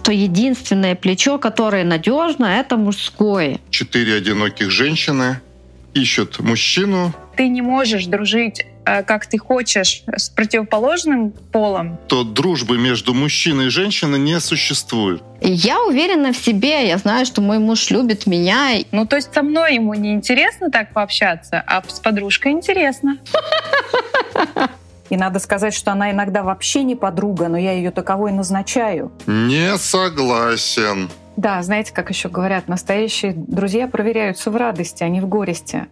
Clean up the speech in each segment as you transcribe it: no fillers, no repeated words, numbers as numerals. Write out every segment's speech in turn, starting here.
что единственное плечо, которое надежно, это мужское. 4 одиноких женщины ищут мужчину. Ты не можешь дружить, как ты хочешь, с противоположным полом. То дружбы между мужчиной и женщиной не существует. Я уверена в себе, я знаю, что мой муж любит меня. Ну, то есть со мной ему не интересно так пообщаться, а с подружкой интересно. И надо сказать, что она иногда вообще не подруга, но я ее таковой назначаю. Не согласен. Да, знаете, как еще говорят, настоящие друзья проверяются в радости, а не в горести.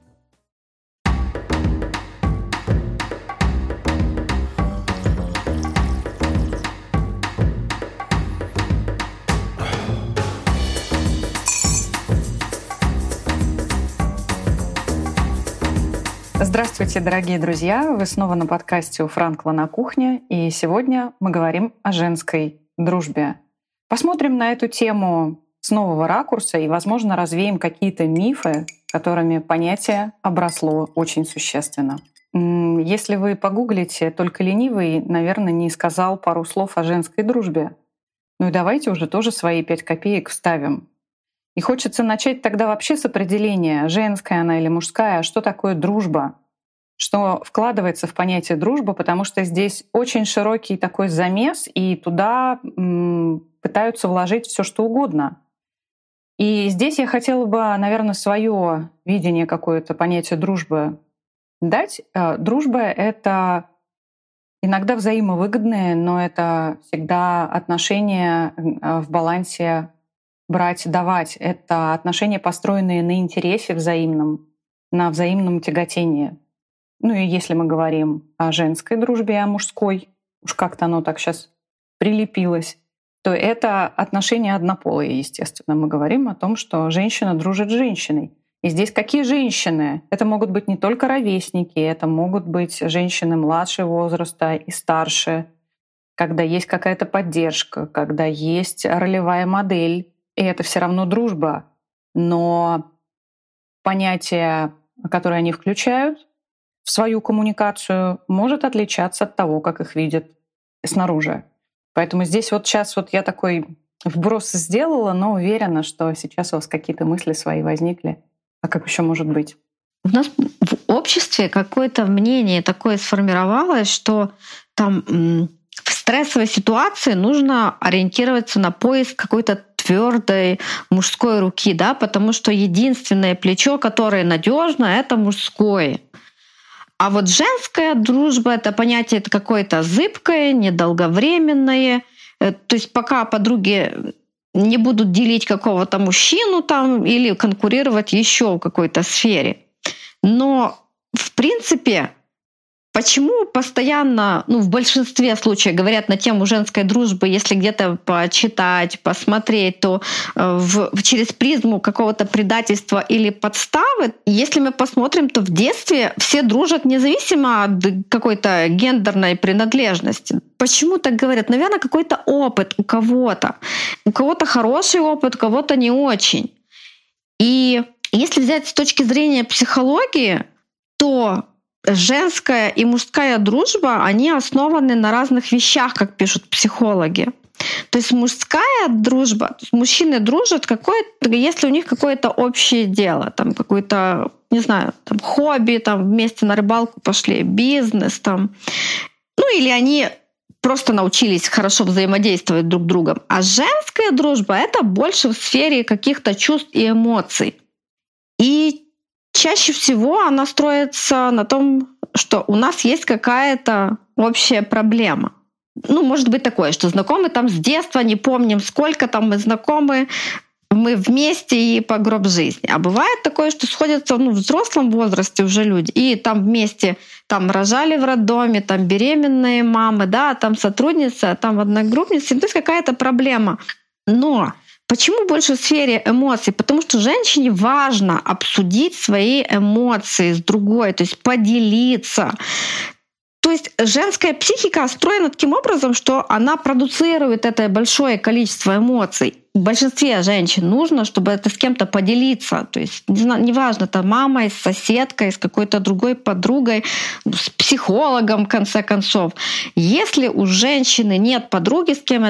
Здравствуйте, дорогие друзья! Вы снова на подкасте у Франкла на кухне, и сегодня мы говорим о женской дружбе. Посмотрим на эту тему с нового ракурса и, возможно, развеем какие-то мифы, которыми понятие обросло очень существенно. Если вы погуглите, только ленивый, наверное, не сказал пару слов о женской дружбе. Ну и давайте уже тоже свои 5 копеек вставим. И хочется начать тогда вообще с определения, женская она или мужская, что такое дружба, что вкладывается в понятие дружба, потому что здесь очень широкий такой замес, и туда пытаются вложить все что угодно. И здесь я хотела бы, наверное, свое видение какое-то понятие дружбы дать. Дружба — это иногда взаимовыгодные, но это всегда отношения в балансе брать-давать. Это отношения, построенные на интересе взаимном, на взаимном тяготении. Ну и если мы говорим о женской дружбе и о мужской, уж как-то оно так сейчас прилепилось, то это отношения однополые, естественно. Мы говорим о том, что женщина дружит с женщиной. И здесь какие женщины? Это могут быть не только ровесники, это могут быть женщины младшего возраста и старше, когда есть какая-то поддержка, когда есть ролевая модель. И это все равно дружба. Но понятие, которое они включают в свою коммуникацию, может отличаться от того, как их видят снаружи. Поэтому здесь вот сейчас вот я такой вброс сделала, но уверена, что сейчас у вас какие-то мысли свои возникли. А как еще может быть? У нас в обществе какое-то мнение такое сформировалось, что там в стрессовой ситуации нужно ориентироваться на поиск какой-то твердой мужской руки, да, потому что единственное плечо, которое надежно, это мужское. А вот женская дружба — это понятие это какое-то зыбкое, недолговременное. То есть пока подруги не будут делить какого-то мужчину там или конкурировать еще в какой-то сфере. Но в принципе, почему постоянно, в большинстве случаев говорят на тему женской дружбы, если где-то почитать, посмотреть, то через призму какого-то предательства или подставы, если мы посмотрим, то в детстве все дружат независимо от какой-то гендерной принадлежности. Почему так говорят? Наверное, какой-то опыт у кого-то. У кого-то хороший опыт, у кого-то не очень. И если взять с точки зрения психологии, то женская и мужская дружба, они основаны на разных вещах, как пишут психологи. То есть мужская дружба, то есть мужчины дружат, если у них какое-то общее дело, там какое-то, не знаю, там хобби, там вместе на рыбалку пошли, бизнес, там, или они просто научились хорошо взаимодействовать друг с другом. А женская дружба — это больше в сфере каких-то чувств и эмоций. И чаще всего она строится на том, что у нас есть какая-то общая проблема. Может быть такое, что знакомы там с детства, не помним, сколько там мы знакомы, мы вместе и по гроб жизни. А бывает такое, что сходятся в взрослом возрасте уже люди, и там вместе там рожали в роддоме, там беременные мамы, да, там сотрудница, там одногруппница, то есть какая-то проблема. Но почему больше в сфере эмоций? Потому что женщине важно обсудить свои эмоции с другой, то есть поделиться. То есть женская психика устроена таким образом, что она продуцирует это большое количество эмоций. В большинстве женщин нужно, чтобы это с кем-то поделиться. То есть неважно, это мамой, с соседкой, с какой-то другой подругой, с психологом, в конце концов. Если у женщины нет подруги, с кем это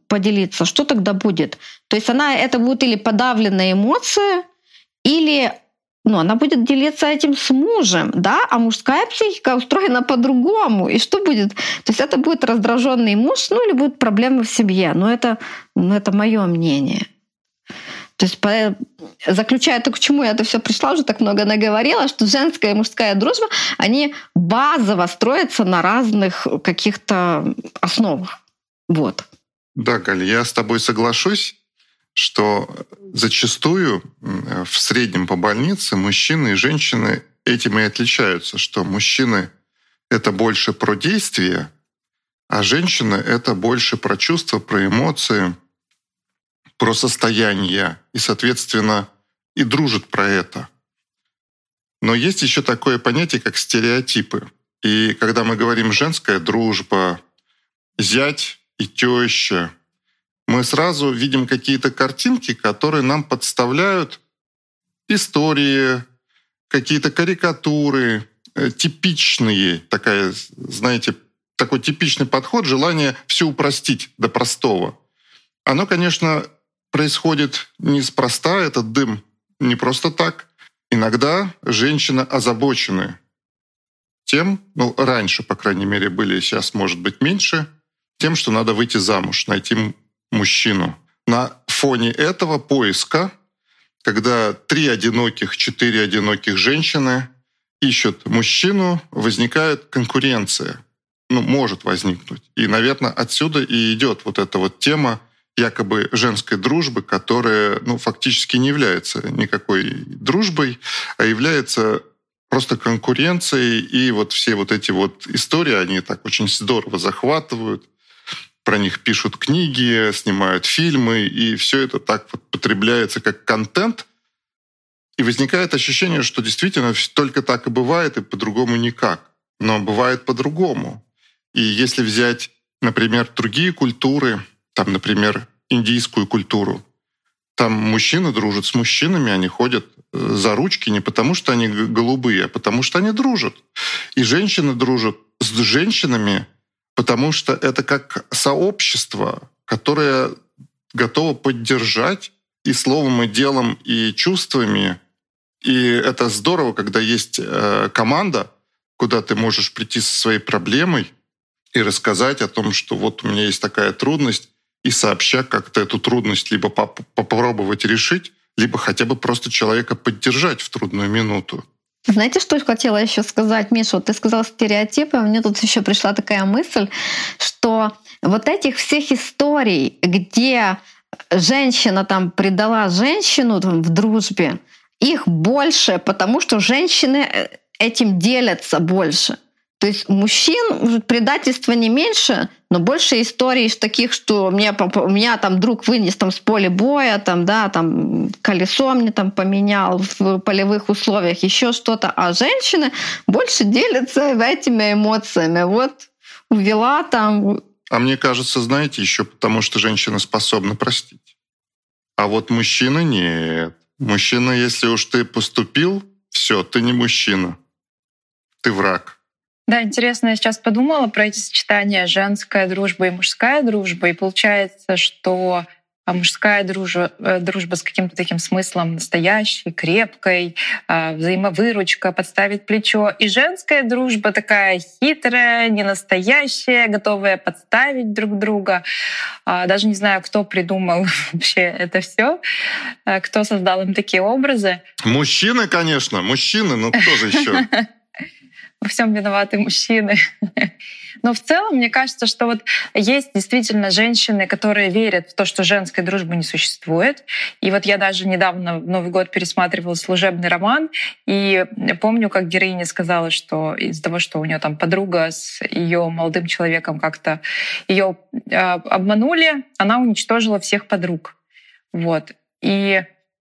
поделиться, что тогда будет? То есть это будет или подавленная эмоция, или она будет делиться этим с мужем, да, а мужская психика устроена по-другому. И что будет? То есть это будет раздраженный муж, или будут проблемы в семье. Это мое мнение. То есть, заключая то, к чему я это все пришла, уже так много наговорила, что женская и мужская дружба, они базово строятся на разных каких-то основах. Вот. Да, Галя, я с тобой соглашусь, что зачастую в среднем по больнице мужчины и женщины этим и отличаются, что мужчины — это больше про действия, а женщины — это больше про чувства, про эмоции, про состояние, и, соответственно, и дружат про это. Но есть еще такое понятие, как стереотипы. И когда мы говорим «женская дружба», «зять и теща», мы сразу видим какие-то картинки, которые нам подставляют истории, какие-то карикатуры, типичные, такой типичный подход, желание все упростить до простого. Оно, конечно, происходит неспроста, этот дым не просто так. Иногда женщины озабочены тем, раньше, по крайней мере, были, сейчас, может быть, меньше, тем, что надо выйти замуж, найти мужчину. На фоне этого поиска, когда 3 одиноких, 4 одиноких женщины ищут мужчину, возникает конкуренция. Может возникнуть. И, наверное, отсюда и идет вот эта вот тема якобы женской дружбы, которая фактически не является никакой дружбой, а является просто конкуренцией. И все эти истории, они так очень здорово захватывают. Про них пишут книги, снимают фильмы, и все это так потребляется как контент. И возникает ощущение, что действительно только так и бывает, и по-другому никак. Но бывает по-другому. И если взять, например, другие культуры, например, индийскую культуру, там мужчины дружат с мужчинами, они ходят за ручки не потому, что они голубые, а потому, что они дружат. И женщины дружат с женщинами, потому что это как сообщество, которое готово поддержать и словом, и делом, и чувствами. И это здорово, когда есть команда, куда ты можешь прийти со своей проблемой и рассказать о том, что у меня есть такая трудность, и сообща как-то эту трудность либо попробовать решить, либо хотя бы просто человека поддержать в трудную минуту. Знаете, что я хотела еще сказать, Миша? Ты сказал стереотипы, а мне тут еще пришла такая мысль, что этих всех историй, где женщина предала женщину в дружбе, их больше, потому что женщины этим делятся больше. То есть мужчин предательства не меньше, но больше историй таких, что меня друг вынес с поля боя, колесо мне поменял в полевых условиях, еще что-то. А женщины больше делятся этими эмоциями. Увела А мне кажется, знаете, еще потому, что женщина способна простить. А мужчина нет. Мужчина, если уж ты поступил, все, ты не мужчина. Ты враг. Да, интересно, я сейчас подумала про эти сочетания женская дружба и мужская дружба, и получается, что мужская дружба с каким-то таким смыслом настоящей, крепкой, взаимовыручка, подставить плечо, и женская дружба такая хитрая, ненастоящая, готовая подставить друг друга. Даже не знаю, кто придумал вообще это все, кто создал им такие образы. Мужчины, конечно, мужчины, кто же еще? Во всем виноваты мужчины. Но в целом, мне кажется, что есть действительно женщины, которые верят в то, что женской дружбы не существует. И я даже недавно в Новый год пересматривала «Служебный роман», и помню, как героиня сказала, что из-за того, что у нее подруга с ее молодым человеком как-то ее обманули, она уничтожила всех подруг. И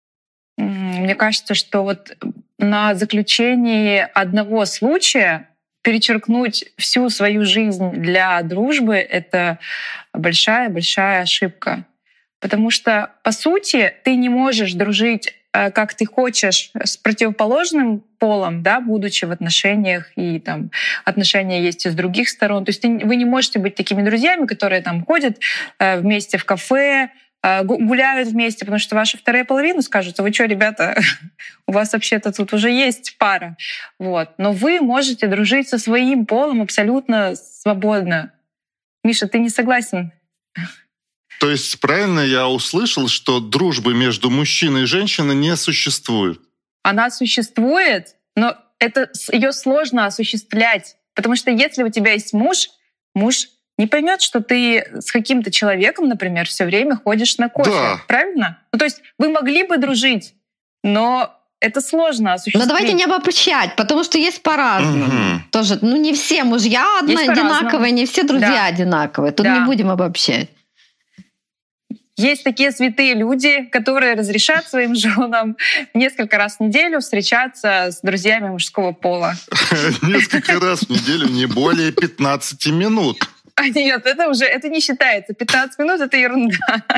мне кажется, что на заключении одного случая перечеркнуть всю свою жизнь для дружбы — это большая-большая ошибка. Потому что, по сути, ты не можешь дружить как ты хочешь с противоположным полом, да, будучи в отношениях, и там отношения есть и с других сторон. То есть вы не можете быть такими друзьями, которые там ходят вместе в кафе, гуляют вместе, потому что ваша вторая половина скажут: вы что, ребята, у вас вообще-то тут уже есть пара. Вот. Но вы можете дружить со своим полом абсолютно свободно. Миша, ты не согласен? То есть правильно я услышал, что дружбы между мужчиной и женщиной не существует? Она существует, но ее сложно осуществлять. Потому что если у тебя есть муж не поймет, что ты с каким-то человеком, например, все время ходишь на кофе. Да. Правильно? Ну, то есть вы могли бы дружить, но это сложно осуществить. Но давайте не обобщать, потому что есть по-разному. Тоже, не все мужья одинаковые, не все друзья одинаковые. Тут не будем обобщать. Есть такие святые люди, которые разрешат своим женам несколько раз в неделю встречаться с друзьями мужского пола. Несколько раз в неделю, не более 15 минут. Нет, это не считается. 15 минут — это ерунда.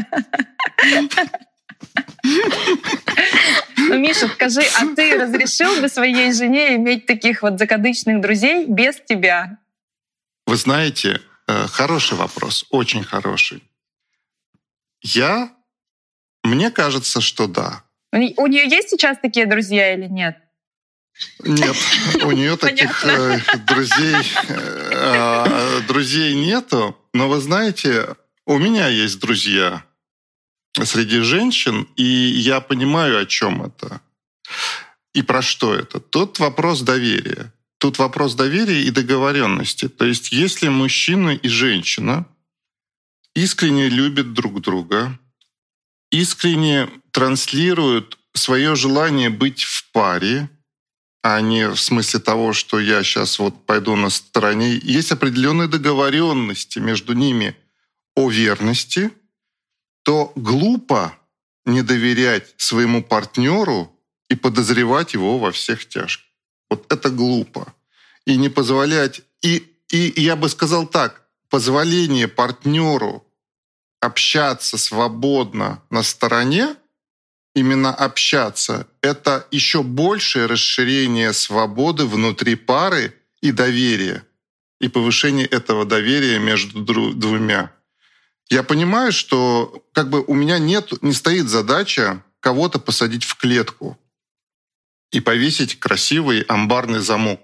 Ну, Миша, скажи, а ты разрешил бы своей жене иметь таких вот закадычных друзей без тебя? Вы знаете, хороший вопрос, очень хороший. Мне кажется, что да. У нее есть сейчас такие друзья или нет? Нет, у нее таких друзей нету. Но вы знаете, у меня есть друзья среди женщин, и я понимаю, о чем это и про что это. Тут вопрос доверия. Тут вопрос доверия и договоренности. То есть, если мужчина и женщина искренне любят друг друга, искренне транслируют свое желание быть в паре, а не в смысле того, что я сейчас вот пойду на стороне. Есть определенные договоренности между ними о верности, то глупо не доверять своему партнеру и подозревать его во всех тяжких. Вот это глупо. И не позволять... И я бы сказал так, позволение партнеру общаться свободно на стороне, именно общаться, это еще большее расширение свободы внутри пары и доверия, и повышение этого доверия между двумя. Я понимаю, что у меня не стоит задача кого-то посадить в клетку и повесить красивый амбарный замок.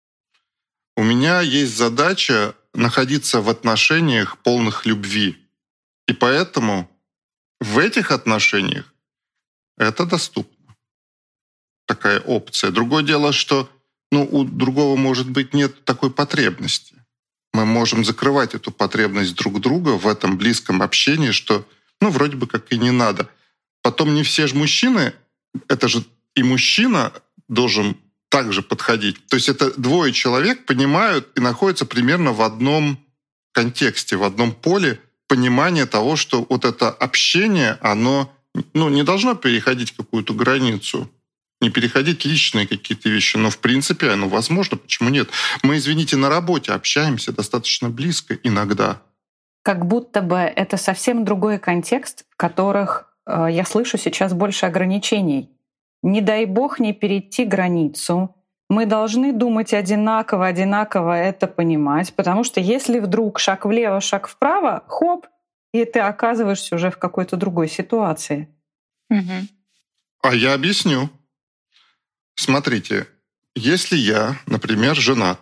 У меня есть задача находиться в отношениях полных любви. И поэтому в этих отношениях это доступно. Такая опция. Другое дело, что у другого, может быть, нет такой потребности. Мы можем закрывать эту потребность друг друга в этом близком общении, что вроде бы как и не надо. Потом не все же мужчины, это же и мужчина должен также подходить. То есть это двое человек понимают и находятся примерно в одном контексте, в одном поле понимания того, что вот это общение, оно не должно переходить какую-то границу, не переходить личные какие-то вещи, но в принципе оно возможно, почему нет? Мы, извините, на работе общаемся достаточно близко иногда. Как будто бы это совсем другой контекст, в которых я слышу сейчас больше ограничений. Не дай бог не перейти границу. Мы должны думать одинаково это понимать, потому что если вдруг шаг влево, шаг вправо, хоп, и ты оказываешься уже в какой-то другой ситуации. Угу. А я объясню. Смотрите, если я, например, женат,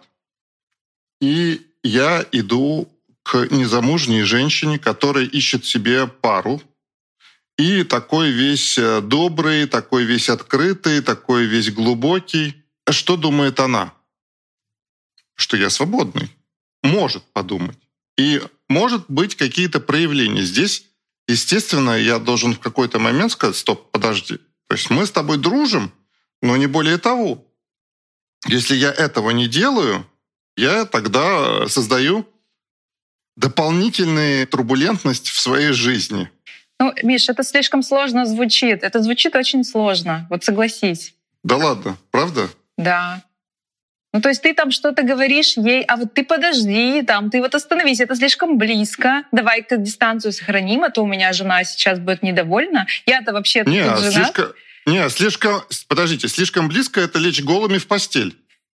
и я иду к незамужней женщине, которая ищет себе пару, и такой весь добрый, такой весь открытый, такой весь глубокий, что думает она? Что я свободный. Может подумать. И может быть какие-то проявления. Здесь, естественно, я должен в какой-то момент сказать: стоп, подожди. То есть мы с тобой дружим, но не более того. Если я этого не делаю, я тогда создаю дополнительную турбулентность в своей жизни. Миш, это слишком сложно звучит. Это звучит очень сложно. Вот согласись. Да ладно, правда? Да. То есть ты там что-то говоришь ей, а вот ты подожди, ты вот остановись, это слишком близко. Давай-ка дистанцию сохраним, а то у меня жена сейчас будет недовольна. Я-то вообще тут женат. слишком близко — это лечь голыми в постель.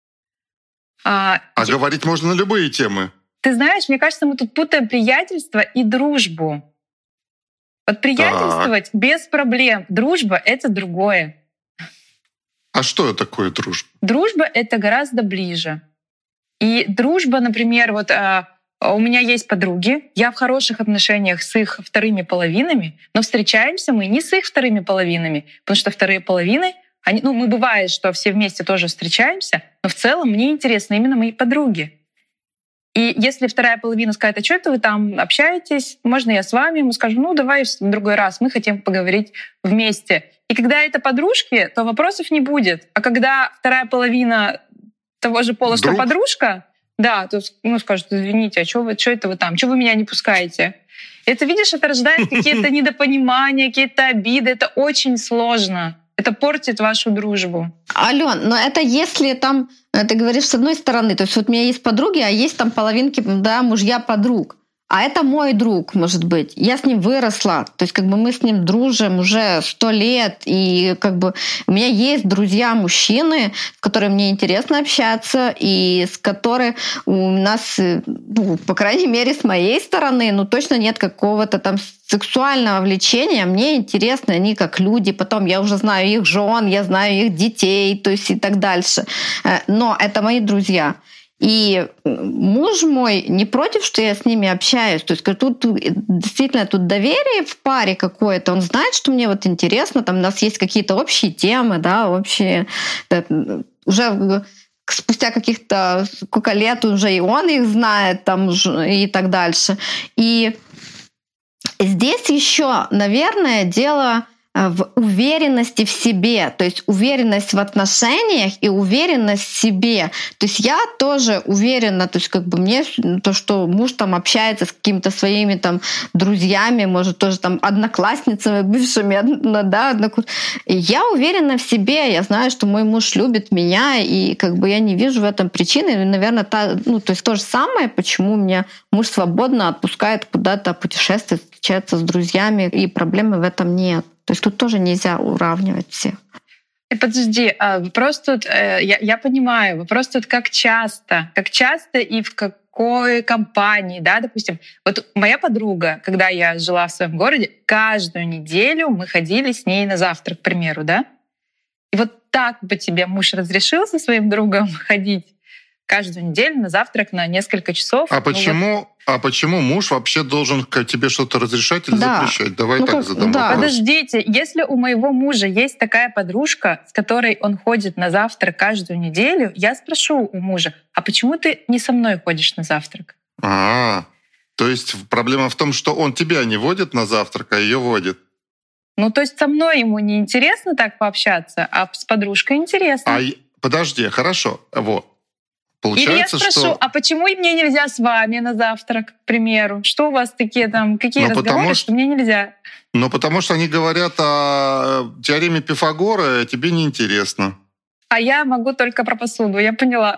А говорить можно на любые темы. Ты знаешь, мне кажется, мы тут путаем приятельство и дружбу. Вот приятельствовать без проблем. Дружба — это другое. А что такое дружба? Дружба — это гораздо ближе. И дружба, например, вот у меня есть подруги, я в хороших отношениях с их вторыми половинами, но встречаемся мы не с их вторыми половинами, потому что вторые половины, мы бывает, что все вместе тоже встречаемся, но в целом мне интересны именно мои подруги. И если вторая половина скажет: а что это вы там общаетесь, можно я с вами? Мы скажем: ну давай в другой раз, мы хотим поговорить вместе. И когда это подружки, то вопросов не будет. А когда вторая половина того же пола, что подружка, да, то скажут: извините, а что это вы там? Что вы меня не пускаете? Это, видишь, это рождает какие-то недопонимания, какие-то обиды. Это очень сложно. Это портит вашу дружбу. Алён, но это если там, ты говоришь, с одной стороны, то есть вот у меня есть подруги, а есть там половинки, да, мужья подруг. А это мой друг, может быть. Я с ним выросла. То есть мы с ним дружим уже 100 лет. И у меня есть друзья-мужчины, с которыми мне интересно общаться, и с которыми у нас, по крайней мере, с моей стороны, точно нет какого-то там сексуального влечения. Мне интересны они как люди. Потом я уже знаю их жен, я знаю их детей, то есть и так дальше. Но это мои друзья. И муж мой не против, что я с ними общаюсь. То есть тут действительно доверие в паре какое-то. Он знает, что мне интересно. Там у нас есть какие-то общие темы, да, общие. Уже спустя каких-то сколько лет уже и он их знает там, и так дальше. И здесь еще, наверное, дело в уверенности в себе, то есть уверенность в отношениях и уверенность в себе. То есть я тоже уверена, то есть мне то, что муж там общается с какими-то своими там друзьями, может тоже там одноклассницами бывшими, да, я уверена в себе, я знаю, что мой муж любит меня, и я не вижу в этом причины. И, наверное, то есть то же самое, почему меня муж свободно отпускает куда-то путешествовать, встречаться с друзьями, и проблемы в этом нет. То есть тут тоже нельзя уравнивать всех. Подожди, вопрос тут, я понимаю, вопрос тут как часто и в какой компании, да, допустим. Вот моя подруга, когда я жила в своем городе, каждую неделю мы ходили с ней на завтрак, к примеру, да. И вот так бы тебе муж разрешил со своим другом ходить каждую неделю на завтрак на несколько часов? А почему муж вообще должен тебе что-то разрешать или запрещать? Давай задам вопрос. Подождите, если у моего мужа есть такая подружка, с которой он ходит на завтрак каждую неделю, я спрошу у мужа: а почему ты не со мной ходишь на завтрак? То есть проблема в том, что он тебя не водит на завтрак, а ее водит. То есть со мной ему не интересно так пообщаться, а с подружкой интересно. Подожди, хорошо, вот. Или я спрошу: а почему мне нельзя с вами на завтрак, к примеру? Что у вас такие там, какие разговоры, что мне нельзя? Потому что они говорят о теореме Пифагора, а тебе неинтересно. А я могу только про посуду, я поняла.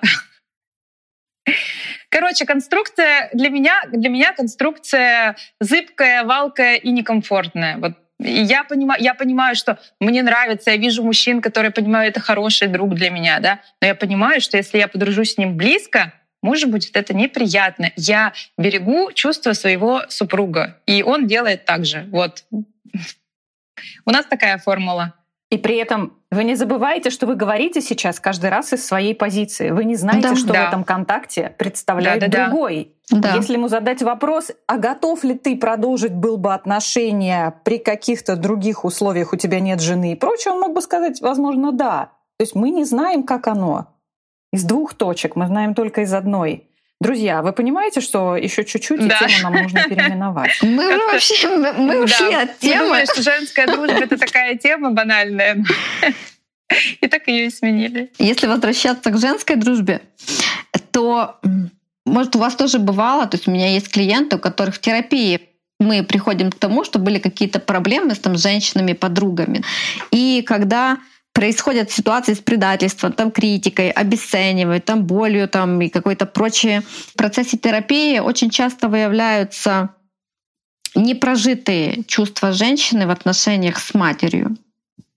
Короче, конструкция для меня конструкция зыбкая, валкая и некомфортная. Вот. Я понимаю, что мне нравится, я вижу мужчин, которые понимают, это хороший друг для меня, да, но я понимаю, что если я подружусь с ним близко, мужу будет это неприятно. Я берегу чувства своего супруга, и он делает так же. Вот. У нас такая формула. И при этом вы не забывайте, что вы говорите сейчас каждый раз из своей позиции. Вы не знаете, что в этом контакте представляет другой. Да. Если ему задать вопрос: а готов ли ты продолжить был бы отношения при каких-то других условиях, у тебя нет жены и прочее, он мог бы сказать, возможно, да. То есть мы не знаем, как оно. Из двух точек, мы знаем только из одной. Друзья, вы понимаете, что еще чуть-чуть и тему нам нужно переименовать? Мы ушли от темы. Я думаю, что женская дружба — это такая тема банальная. И так ее и сменили. Если возвращаться к женской дружбе, то, может, у вас тоже бывало, то есть у меня есть клиенты, у которых в терапии мы приходим к тому, что были какие-то проблемы с женщинами-подругами. И когда происходят ситуации с предательством, критикой, обесценивают, болью и какой-то прочее. В процессе терапии очень часто выявляются непрожитые чувства женщины в отношениях с матерью.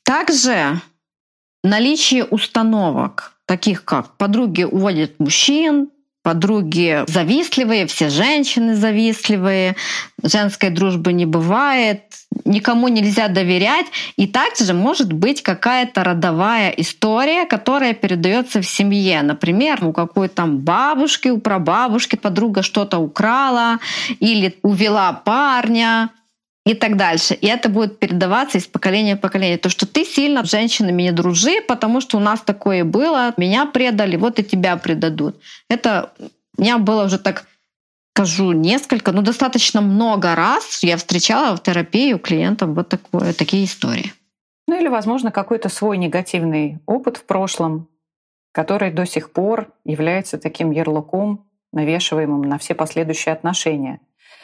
Также наличие установок, таких как подруги уводят мужчин, подруги завистливые, все женщины завистливые, женской дружбы не бывает, никому нельзя доверять. И также может быть какая-то родовая история, которая передается в семье. Например, у какой-то там бабушки, у прабабушки подруга что-то украла или увела парня и так дальше. И это будет передаваться из поколения в поколение. То, что ты сильно с женщинами не дружи, потому что у нас такое было, меня предали, вот и тебя предадут. Это у меня было уже так, скажу, достаточно много раз я встречала в терапии у клиентов вот такие истории. Ну или, возможно, какой-то свой негативный опыт в прошлом, который до сих пор является таким ярлыком, навешиваемым на все последующие отношения.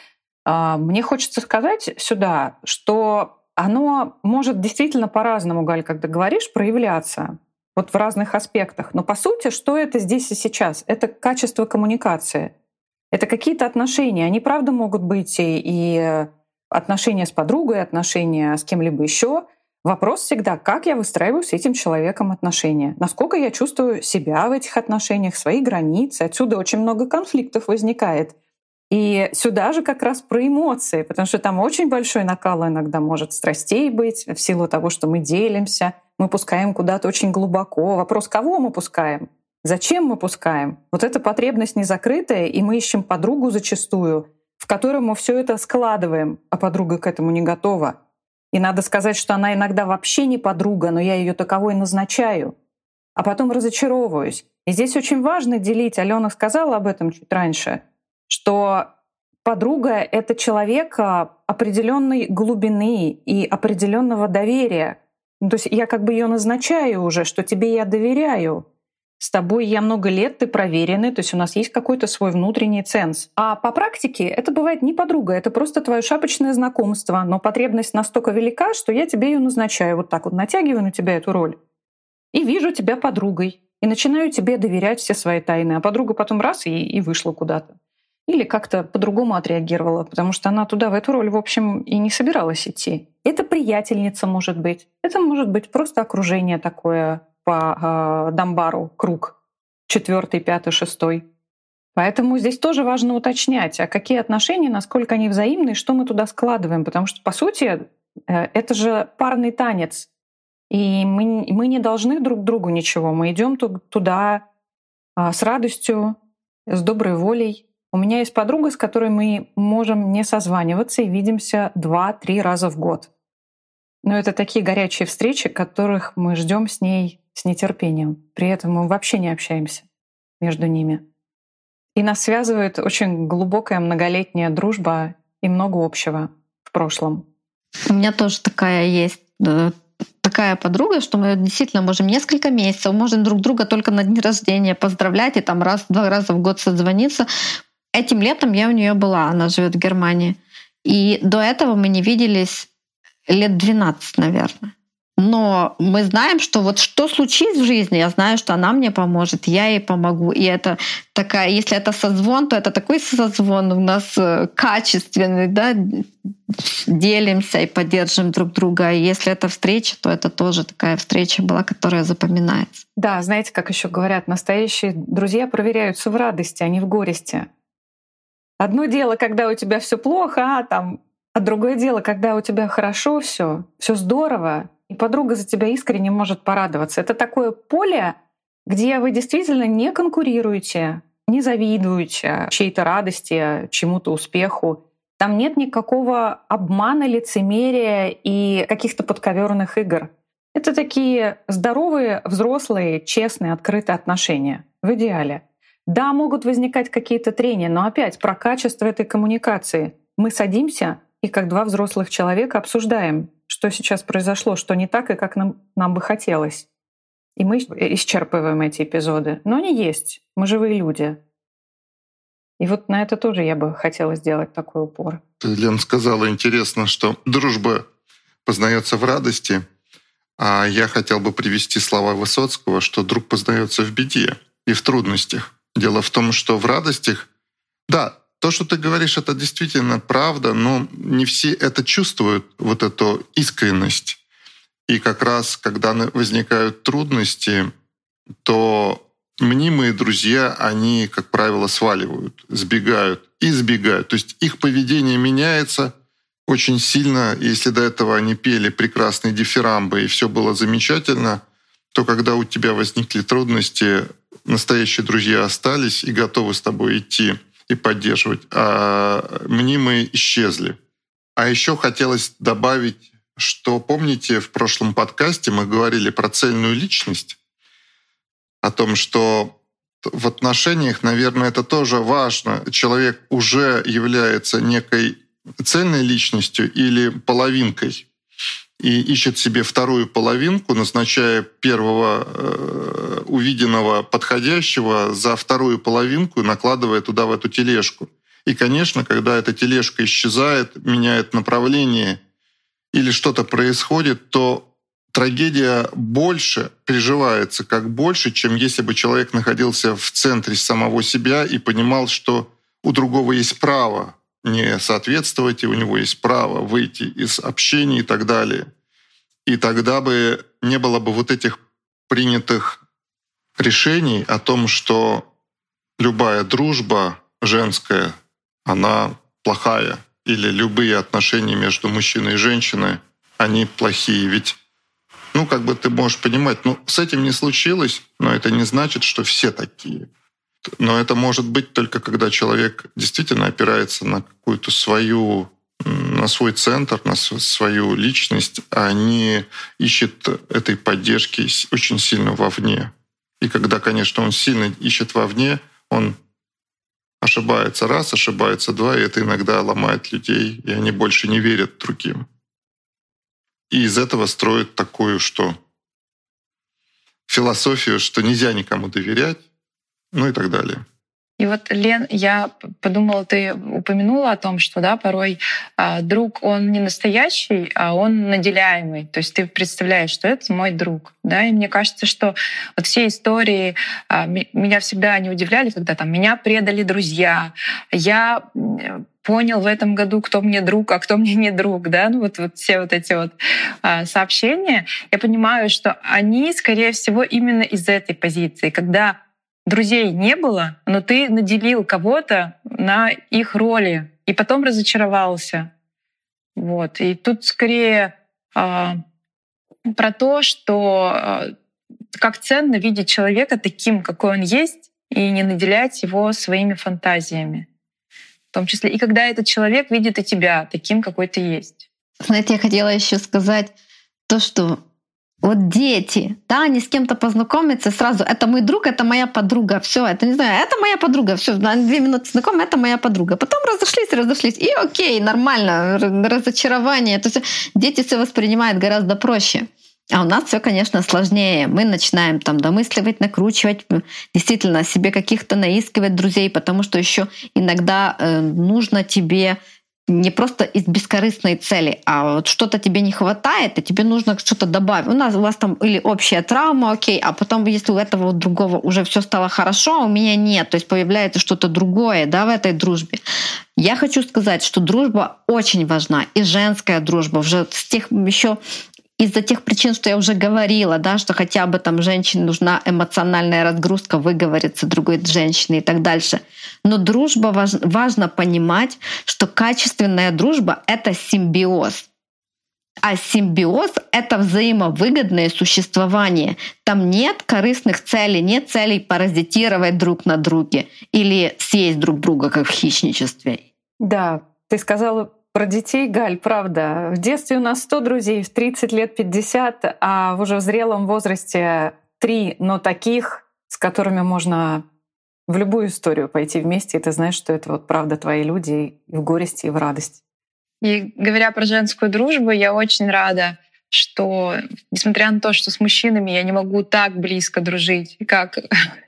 Мне хочется сказать сюда, что оно может действительно по-разному, Галь, когда говоришь, проявляться вот в разных аспектах. Но по сути, что это здесь и сейчас? Это качество коммуникации. Это какие-то отношения. Они, правда, могут быть и отношения с подругой, отношения с кем-либо еще. Вопрос всегда, как я выстраиваю с этим человеком отношения, насколько я чувствую себя в этих отношениях, свои границы. Отсюда очень много конфликтов возникает. И сюда же как раз про эмоции, потому что там очень большой накал иногда может страстей быть в силу того, что мы делимся, мы пускаем куда-то очень глубоко. Вопрос, кого мы пускаем? Зачем мы пускаем? Вот эта потребность не закрытая, и мы ищем подругу зачастую, в которой мы все это складываем, а подруга к этому не готова. И надо сказать, что она иногда вообще не подруга, но я ее таковой назначаю, а потом разочаровываюсь. И здесь очень важно делить, Алена сказала об этом чуть раньше, что подруга — это человек определенной глубины и определенного доверия. Ну, то есть я как бы ее назначаю уже, что тебе я доверяю. С тобой я много лет, ты проверенный, то есть у нас есть какой-то свой внутренний ценз. А по практике это бывает не подруга, это просто твое шапочное знакомство, но потребность настолько велика, что я тебе ее назначаю, вот так вот натягиваю на тебя эту роль и вижу тебя подругой, и начинаю тебе доверять все свои тайны, а подруга потом раз и вышла куда-то. Или как-то по-другому отреагировала, потому что она туда, в эту роль, в общем, и не собиралась идти. Это приятельница может быть. Это может быть просто окружение такое по дамбару, круг 4, 5, 6. Поэтому здесь тоже важно уточнять, а какие отношения, насколько они взаимны, что мы туда складываем. Потому что, по сути, это же парный танец. И мы не должны друг другу ничего. Мы идем туда с радостью, с доброй волей. У меня есть подруга, с которой мы можем не созваниваться и видимся 2-3 раза в год. Но это такие горячие встречи, которых мы ждем с ней с нетерпением. При этом мы вообще не общаемся между ними. И нас связывает очень глубокая многолетняя дружба и много общего в прошлом. У меня тоже такая есть такая подруга, что мы действительно можем несколько месяцев, можем друг друга только на день рождения поздравлять и там 1-2 раза в год созвониться. Этим летом я у нее была, она живет в Германии. И до этого мы не виделись лет 12, наверное. Но мы знаем, что вот что случится в жизни, я знаю, что она мне поможет, я ей помогу. И это такая, если это созвон, то это такой созвон у нас качественный, да, делимся и поддерживаем друг друга. И если это встреча, то это тоже такая встреча была, которая запоминается. Да, знаете, как еще говорят, настоящие друзья проверяются в радости, а не в горести. Одно дело, когда у тебя все плохо, а другое дело, когда у тебя хорошо все здорово, и подруга за тебя искренне может порадоваться. Это такое поле, где вы действительно не конкурируете, не завидуете чьей-то радости, чему-то успеху. Там нет никакого обмана, лицемерия и каких-то подковерных игр. Это такие здоровые, взрослые, честные, открытые отношения в идеале. Да, могут возникать какие-то трения, но опять про качество этой коммуникации. Мы садимся и как 2 взрослых человека обсуждаем, что сейчас произошло, что не так и как нам бы хотелось. И мы исчерпываем эти эпизоды. Но они есть. Мы живые люди. И вот на это тоже я бы хотела сделать такой упор. Лен сказала интересно, что дружба познается в радости, а я хотел бы привести слова Высоцкого, что друг познается в беде и в трудностях. Дело в том, что в радостях, да, то, что ты говоришь, это действительно правда, но не все это чувствуют, вот эту искренность. И как раз, когда возникают трудности, то мнимые друзья, они, как правило, сваливают, сбегают и сбегают. То есть их поведение меняется очень сильно. Если до этого они пели прекрасные дифирамбы и все было замечательно, то когда у тебя возникли трудности, настоящие друзья остались и готовы с тобой идти и поддерживать, а мнимые исчезли. А еще хотелось добавить, что, помните, в прошлом подкасте мы говорили про цельную личность, о том, что в отношениях, наверное, это тоже важно. Человек уже является некой цельной личностью или половинкой и ищет себе вторую половинку, назначая первого увиденного подходящего за вторую половинку и накладывая туда в эту тележку. И, конечно, когда эта тележка исчезает, меняет направление или что-то происходит, то трагедия больше переживается, как больше, чем если бы человек находился в центре самого себя и понимал, что у другого есть право не соответствовать, и у него есть право выйти из общения и так далее. И тогда бы не было бы вот этих принятых решений о том, что любая дружба женская, она плохая, или любые отношения между мужчиной и женщиной, они плохие. Ведь как бы ты можешь понимать, с этим не случилось, но это не значит, что все такие. Но это может быть только когда человек действительно опирается на какую-то на свой центр, на свою личность, а не ищет этой поддержки очень сильно вовне. И когда, конечно, он сильно ищет вовне, он ошибается раз, ошибается два, и это иногда ломает людей, и они больше не верят другим. И из этого строят такую, философию, что нельзя никому доверять, и так далее. И вот, Лен, я подумала, ты упомянула о том, что порой друг, он не настоящий, а он наделяемый. То есть ты представляешь, что это мой друг. Да? И мне кажется, что вот все истории меня всегда не удивляли, когда меня предали друзья. Я понял в этом году, кто мне друг, а кто мне не друг. Да? Вот все эти сообщения. Я понимаю, что они, скорее всего, именно из этой позиции, когда друзей не было, но ты наделил кого-то на их роли и потом разочаровался. И тут скорее про то, что как ценно видеть человека таким, какой он есть, и не наделять его своими фантазиями. В том числе и когда этот человек видит и тебя таким, какой ты есть. Знаете, я хотела еще сказать то, что дети, они с кем-то познакомятся сразу. Это мой друг, это моя подруга. Все, это не знаю, это моя подруга. Все, на 2 минуты знакомы, это моя подруга. Потом разошлись. И окей, нормально, разочарование. То есть дети все воспринимают гораздо проще. А у нас все, конечно, сложнее. Мы начинаем домысливать, накручивать, действительно себе каких-то наискивать друзей, потому что еще иногда нужно тебе не просто из бескорыстной цели, а что-то тебе не хватает, и тебе нужно что-то добавить. У вас там или общая травма, окей, а потом, если у этого другого уже все стало хорошо, а у меня нет, то есть появляется что-то другое, в этой дружбе. Я хочу сказать, что дружба очень важна, и женская дружба уже еще из-за тех причин, что я уже говорила, что хотя бы женщине нужна эмоциональная разгрузка, выговориться другой женщине и так дальше. Но дружба важно понимать, что качественная дружба — это симбиоз. А симбиоз — это взаимовыгодное существование. Там нет корыстных целей, нет целей паразитировать друг на друге или съесть друг друга, как в хищничестве. Да, ты сказала про детей, Галь, правда. В детстве у нас 100 друзей, в 30 лет 50, а уже в зрелом возрасте 3, но таких, с которыми можно в любую историю пойти вместе, и ты знаешь, что это правда твои люди и в горести, и в радости. И говоря про женскую дружбу, я очень рада, что, несмотря на то, что с мужчинами я не могу так близко дружить, как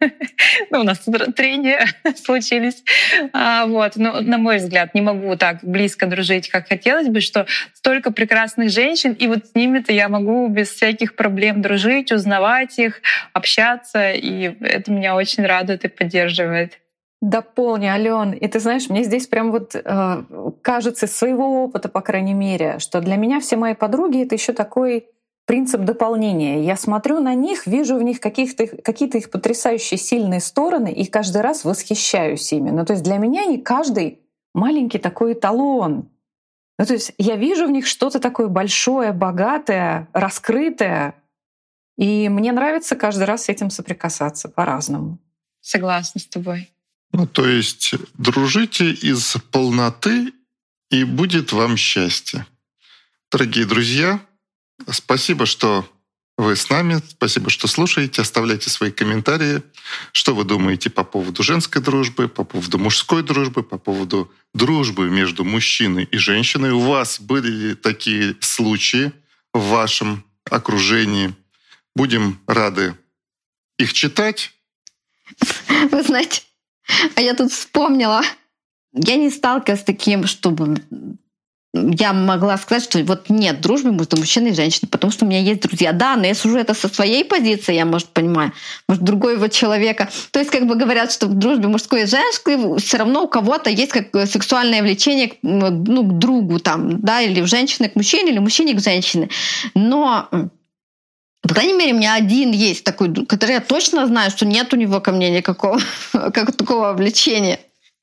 у нас трения случились, но, на мой взгляд, не могу так близко дружить, как хотелось бы, что столько прекрасных женщин, и с ними-то я могу без всяких проблем дружить, узнавать их, общаться, и это меня очень радует и поддерживает. Дополни, Алён. И ты знаешь, мне здесь прям кажется, из своего опыта, по крайней мере, что для меня все мои подруги — это еще такой принцип дополнения. Я смотрю на них, вижу в них какие-то их потрясающие сильные стороны и каждый раз восхищаюсь ими. Ну, то есть для меня они каждый маленький такой эталон. Ну, то есть я вижу в них что-то такое большое, богатое, раскрытое, и мне нравится каждый раз с этим соприкасаться по-разному. Согласна с тобой. Ну, то есть дружите из полноты, и будет вам счастье. Дорогие друзья, спасибо, что вы с нами, спасибо, что слушаете, оставляйте свои комментарии, что вы думаете по поводу женской дружбы, по поводу мужской дружбы, по поводу дружбы между мужчиной и женщиной. У вас были ли такие случаи в вашем окружении? Будем рады их читать. Вы знаете, а я тут вспомнила, я не сталкивалась с таким, чтобы я могла сказать, что вот нет дружбы между мужчиной и женщиной, потому что у меня есть друзья. Да, но я сужу это со своей позиции, я, может, понимаю, может, другого человека. То есть, как бы говорят, что в дружбе мужской и женской все равно у кого-то есть как сексуальное влечение к другу, там, да, или в женщине к мужчине, или мужчине к женщине. Но, по крайней мере, у меня один есть такой, который я точно знаю, что нет у него ко мне никакого как такого влечения.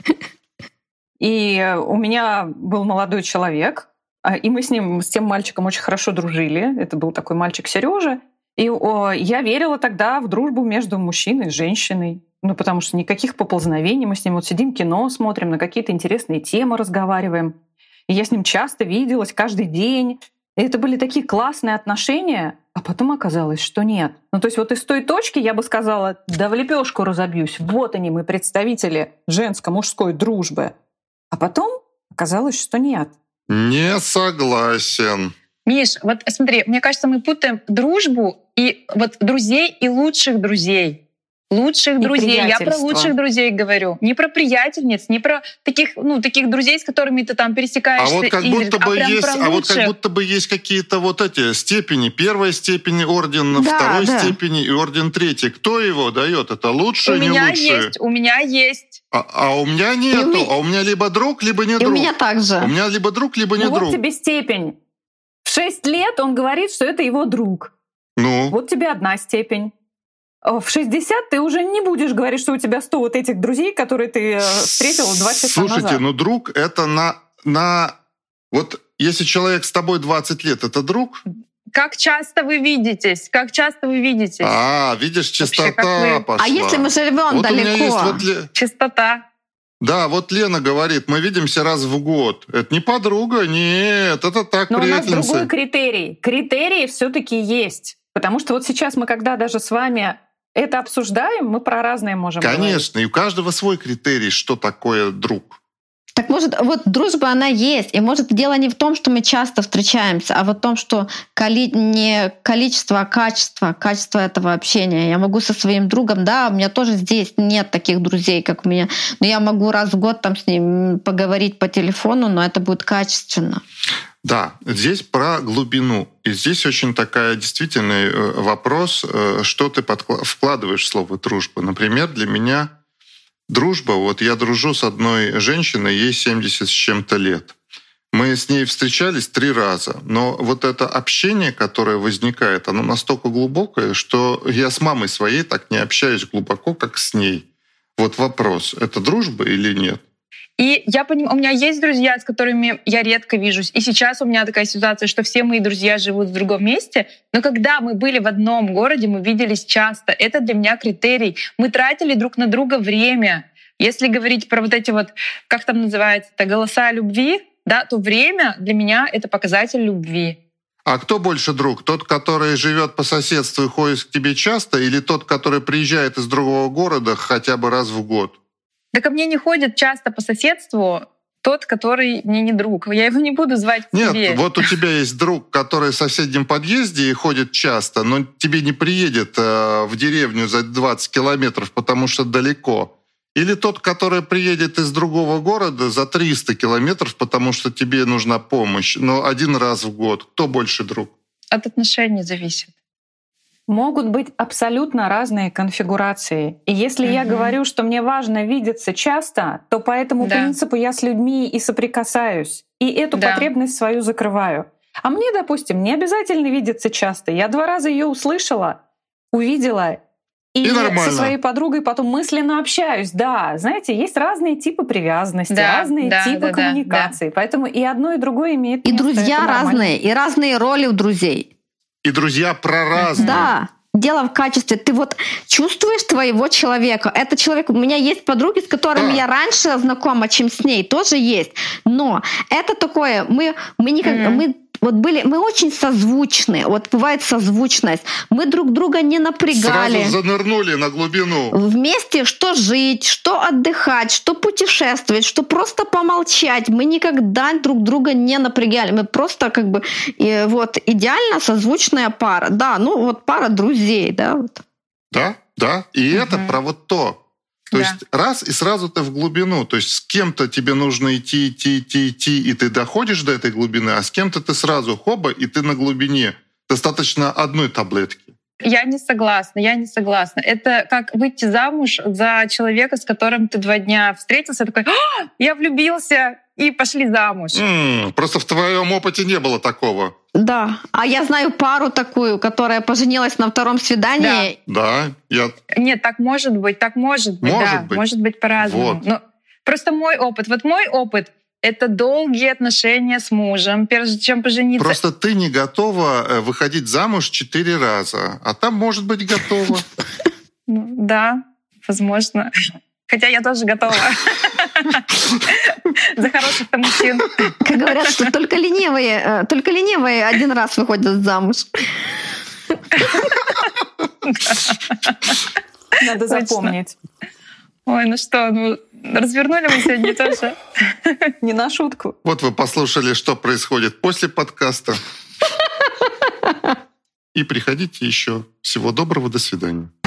И у меня был молодой человек, и мы с тем мальчиком очень хорошо дружили. Это был такой мальчик Сережа. И я верила тогда в дружбу между мужчиной и женщиной. Ну, потому что никаких поползновений. Мы с ним вот сидим, кино смотрим, на какие-то интересные темы разговариваем. И я с ним часто виделась, каждый день. И это были такие классные отношения. А потом оказалось, что нет. Ну, то есть вот из той точки я бы сказала, да в лепешку разобьюсь. Вот они, мы представители женско-мужской дружбы. А потом оказалось, что нет. Не согласен. Миш, вот смотри, мне кажется, мы путаем дружбу и вот друзей и лучших друзей. Лучших друзей. Я про лучших друзей говорю. Не про приятельниц, не про таких друзей, с которыми ты там пересекаешься. А вот как будто бы есть какие-то вот эти степени. Первая степень орден, второй степени и орден третий. Кто его дает? Это лучшее, не лучшее? У меня есть. А у меня нету. А у меня либо друг, либо не друг. И у меня также. У меня либо друг, либо не друг. Вот тебе степень. В 6 лет он говорит, что это его друг. Ну? Вот тебе одна степень. В 60 ты уже не будешь говорить, что у тебя 100 вот этих друзей, которые ты встретил 2 часа назад. Слушайте, ну друг — это на... Вот если человек с тобой 20 лет, это друг? Как часто вы видитесь? Видишь, частота пошла. А если мы живем далеко? Частота. Да, вот Лена говорит, мы видимся раз в год. Это не подруга, нет, это так, но приятельница. У нас другой критерий. Критерии все-таки есть. Потому что вот сейчас мы, когда даже с вами это обсуждаем, мы про разные можем говорить. Конечно, и у каждого свой критерий, что такое друг. Так может, вот дружба, она есть. И может, дело не в том, что мы часто встречаемся, а в том, что не количество, а качество этого общения. Я могу со своим другом, да, у меня тоже здесь нет таких друзей, как у меня, но я могу раз в год там с ним поговорить по телефону, но это будет качественно. Да, здесь про глубину. И здесь очень такая действительный вопрос, что ты вкладываешь в слово «дружба». Например, для меня дружба, вот я дружу с одной женщиной, ей 70 с чем-то лет. Мы с ней встречались 3 раза, но вот это общение, которое возникает, оно настолько глубокое, что я с мамой своей так не общаюсь глубоко, как с ней. Вот вопрос, это дружба или нет? И я понимаю, у меня есть друзья, с которыми я редко вижусь. И сейчас у меня такая ситуация, что все мои друзья живут в другом месте. Но когда мы были в одном городе, мы виделись часто. Это для меня критерий. Мы тратили друг на друга время. Если говорить про вот эти вот, как там называется, это голоса любви, да, то время для меня — это показатель любви. А кто больше друг? Тот, который живет по соседству и ходит к тебе часто, или тот, который приезжает из другого города хотя бы раз в год? Да ко мне не ходит часто по соседству тот, который мне не друг. Я его не буду звать к себе. Нет, вот у тебя есть друг, который в соседнем подъезде и ходит часто, но тебе не приедет в деревню за 20 километров, потому что далеко. Или тот, который приедет из другого города за 300 километров, потому что тебе нужна помощь, но 1 раз в год. Кто больше друг? От отношений зависит. Могут быть абсолютно разные конфигурации. И если я говорю, что мне важно видеться часто, то по этому принципу я с людьми и соприкасаюсь. И эту потребность свою закрываю. А мне, допустим, не обязательно видеться часто. Я 2 раза ее услышала, увидела, и со своей подругой потом мысленно общаюсь. Да, знаете, есть разные типы привязанности, разные типы коммуникации. Поэтому и одно, и другое имеет место. И друзья разные, и разные роли у друзей. И друзья проразные. Да. Дело в качестве. Ты вот чувствуешь твоего человека. Это человек... У меня есть подруги, с которыми я раньше знакома, чем с ней. Тоже есть. Но это такое... Мы очень созвучны. Вот бывает созвучность. Мы друг друга не напрягали. Сразу занырнули на глубину. Вместе что жить, что отдыхать, что путешествовать, что просто помолчать. Мы никогда друг друга не напрягали. Мы просто идеально созвучная пара. Да, пара друзей. Да, вот. Да. И это про вот то. То есть раз, и сразу ты в глубину. То есть с кем-то тебе нужно идти, и ты доходишь до этой глубины, а с кем-то ты сразу хоба, и ты на глубине. Достаточно одной таблетки. Я не согласна. Это как выйти замуж за человека, с которым ты 2 дня встретился, такой: я влюбился, и пошли замуж. Просто в твоем опыте не было такого. Да. А я знаю пару такую, которая поженилась на 2-м свидании. Да. Нет, так может быть. Может быть по-разному. Вот. Но просто мой опыт. Вот мой опыт — это долгие отношения с мужем, прежде чем пожениться. Просто ты не готова выходить замуж 4 раза, а там, может быть, готова. Да, возможно. Хотя я тоже готова. За хороших-то мужчин. Как говорят, что только ленивые 1 раз выходят замуж. Надо запомнить. Ой, развернули мы сегодня тоже. Не на шутку. Вот вы послушали, что происходит после подкаста. И приходите еще. Всего доброго, до свидания.